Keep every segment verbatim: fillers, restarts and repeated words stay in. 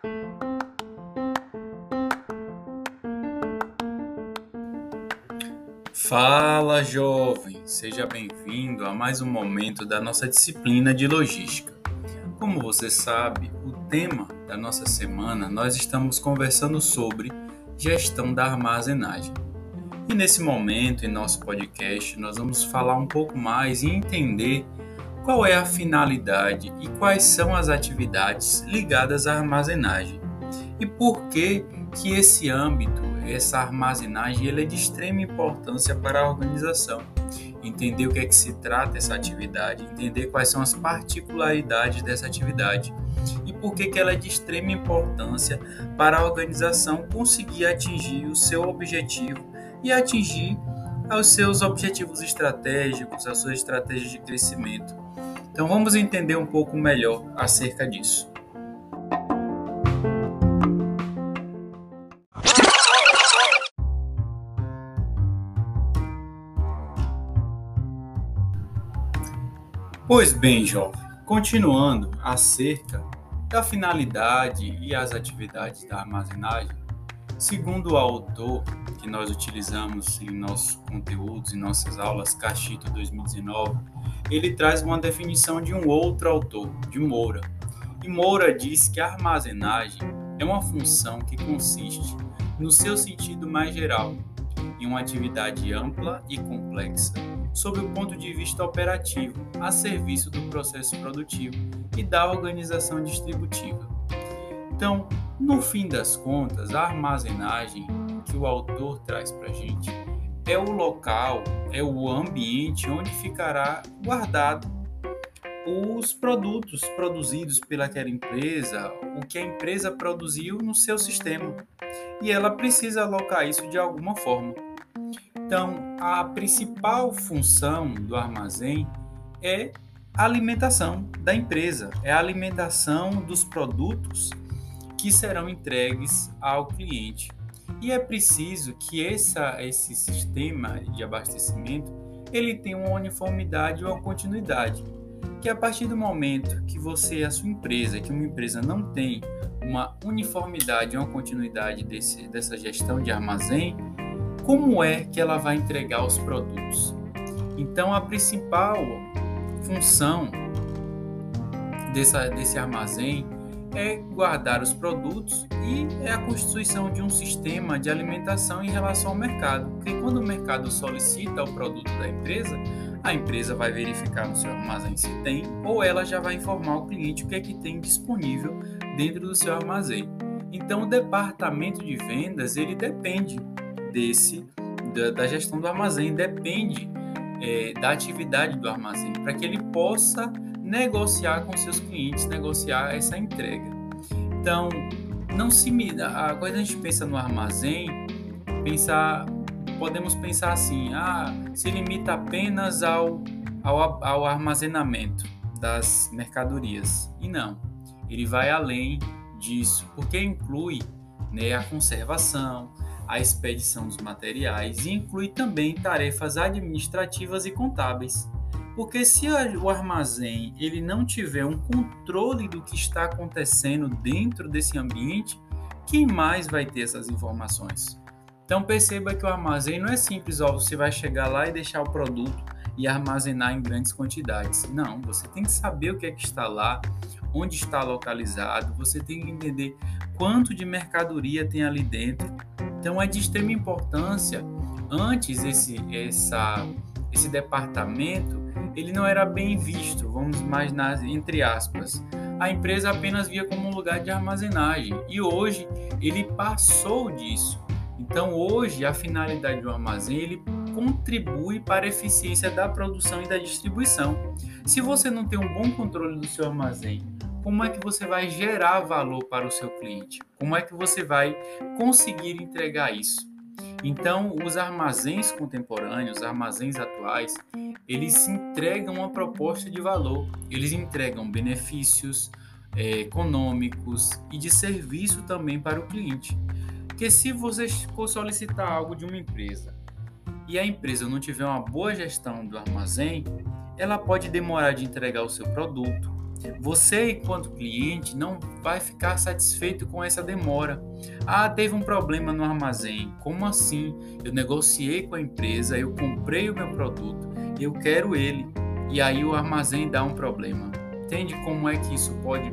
Fala, jovem! Seja bem-vindo a mais um momento da nossa disciplina de logística. Como você sabe, o tema da nossa semana nós estamos conversando sobre gestão da armazenagem. E nesse momento, em nosso podcast, nós vamos falar um pouco mais e entender qual é a finalidade e quais são as atividades ligadas à armazenagem e por que que esse âmbito, essa armazenagem, ele é de extrema importância para a organização. Entender o que é que se trata essa atividade, entender quais são as particularidades dessa atividade e por que que ela é de extrema importância para a organização conseguir atingir o seu objetivo e atingir os seus objetivos estratégicos, as suas estratégias de crescimento. Então vamos entender um pouco melhor acerca disso. Pois bem, jovem, continuando acerca da finalidade e as atividades da armazenagem, segundo o autor que nós utilizamos em nossos conteúdos, em nossas aulas, Cachito dois mil e dezenove, ele traz uma definição de um outro autor, de Moura. E Moura diz que a armazenagem é uma função que consiste, no seu sentido mais geral, em uma atividade ampla e complexa, sob o ponto de vista operativo, a serviço do processo produtivo e da organização distributiva. Então, no fim das contas, a armazenagem que o autor traz para a gente é o local, é o ambiente onde ficará guardado os produtos produzidos pelaquela empresa, o que a empresa produziu no seu sistema, e ela precisa alocar isso de alguma forma. Então, a principal função do armazém é a alimentação da empresa, é a alimentação dos produtos que serão entregues ao cliente. E é preciso que essa, esse sistema de abastecimento ele tenha uma uniformidade ou uma continuidade, que a partir do momento que você, a sua empresa, que uma empresa não tem uma uniformidade, uma continuidade desse, dessa gestão de armazém, como é que ela vai entregar os produtos? Então, a principal função dessa, desse armazém é guardar os produtos e é a constituição de um sistema de alimentação em relação ao mercado. Porque quando o mercado solicita o produto da empresa, a empresa vai verificar no seu armazém se tem, ou ela já vai informar o cliente o que é que tem disponível dentro do seu armazém. Então, o departamento de vendas, ele depende desse, da, da gestão do armazém, depende é, da atividade do armazém, para que ele possa negociar com seus clientes, negociar essa entrega. Então, não se mida. Quando a gente pensa no armazém, pensar, podemos pensar assim, ah, se limita apenas ao, ao, ao armazenamento das mercadorias. E não, ele vai além disso, porque inclui, né, a conservação, a expedição dos materiais e inclui também tarefas administrativas e contábeis. Porque se o armazém ele não tiver um controle do que está acontecendo dentro desse ambiente, quem mais vai ter essas informações? Então perceba que o armazém não é simples, ó, você vai chegar lá e deixar o produto e armazenar em grandes quantidades. Não, você tem que saber o que é que está lá, onde está localizado, você tem que entender quanto de mercadoria tem ali dentro. Então é de extrema importância. Antes esse, essa, esse departamento ele não era bem visto, vamos imaginar entre aspas. A empresa apenas via como um lugar de armazenagem e hoje ele passou disso. Então hoje a finalidade do armazém ele contribui para a eficiência da produção e da distribuição. Se você não tem um bom controle do seu armazém, como é que você vai gerar valor para o seu cliente? Como é que você vai conseguir entregar isso? Então, os armazéns contemporâneos, os armazéns atuais, eles entregam uma proposta de valor, eles entregam benefícios é, econômicos e de serviço também para o cliente. Porque se você for solicitar algo de uma empresa e a empresa não tiver uma boa gestão do armazém, ela pode demorar de entregar o seu produto, Você, enquanto cliente, não vai ficar satisfeito com essa demora. Ah, teve um problema no armazém. Como assim? Eu negociei com a empresa, eu comprei o meu produto, eu quero ele, e aí o armazém dá um problema. Entende como é que isso pode,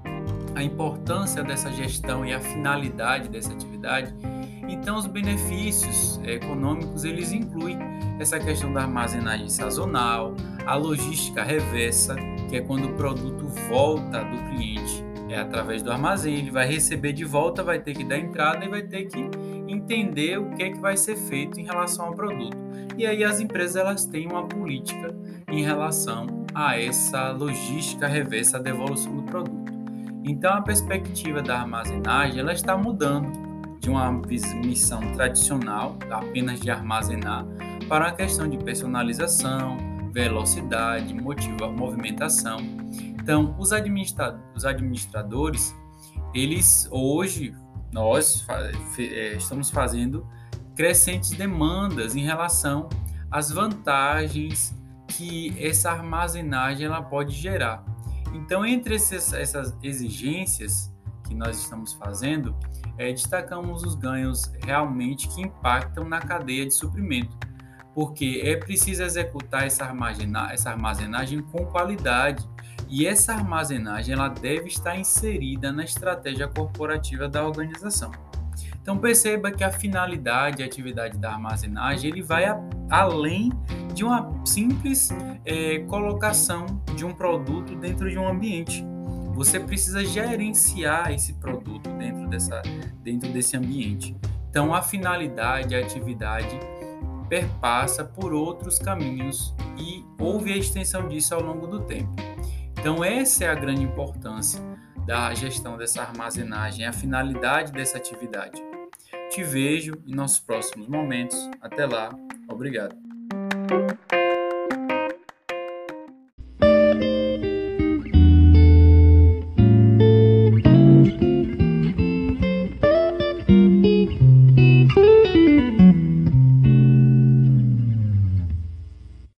a importância dessa gestão e a finalidade dessa atividade? Então, os benefícios econômicos, eles incluem essa questão da armazenagem sazonal, a logística reversa, que é quando o produto volta do cliente, é através do armazém, ele vai receber de volta, vai ter que dar entrada e vai ter que entender o que é que vai ser feito em relação ao produto. E aí as empresas, elas têm uma política em relação a essa logística reversa, a devolução do produto. Então, a perspectiva da armazenagem, ela está mudando de uma missão tradicional, apenas de armazenar, para uma questão de personalização, velocidade, motiva, movimentação. Então, os, administra- os administradores, eles hoje, nós fa- fe- estamos fazendo crescentes demandas em relação às vantagens que essa armazenagem ela pode gerar. Então, entre esses, essas exigências que nós estamos fazendo, é, destacamos os ganhos realmente que impactam na cadeia de suprimento, porque é preciso executar essa, armazena- essa armazenagem com qualidade, e essa armazenagem ela deve estar inserida na estratégia corporativa da organização. Então perceba que a finalidade e a atividade da armazenagem ele vai a, além de uma simples é, colocação de um produto dentro de um ambiente. Você precisa gerenciar esse produto dentro, dessa, dentro desse ambiente. Então, a finalidade, a atividade perpassa por outros caminhos e houve a extensão disso ao longo do tempo. Então, essa é a grande importância da gestão dessa armazenagem, a finalidade dessa atividade. Te vejo em nossos próximos momentos. Até lá. Obrigado.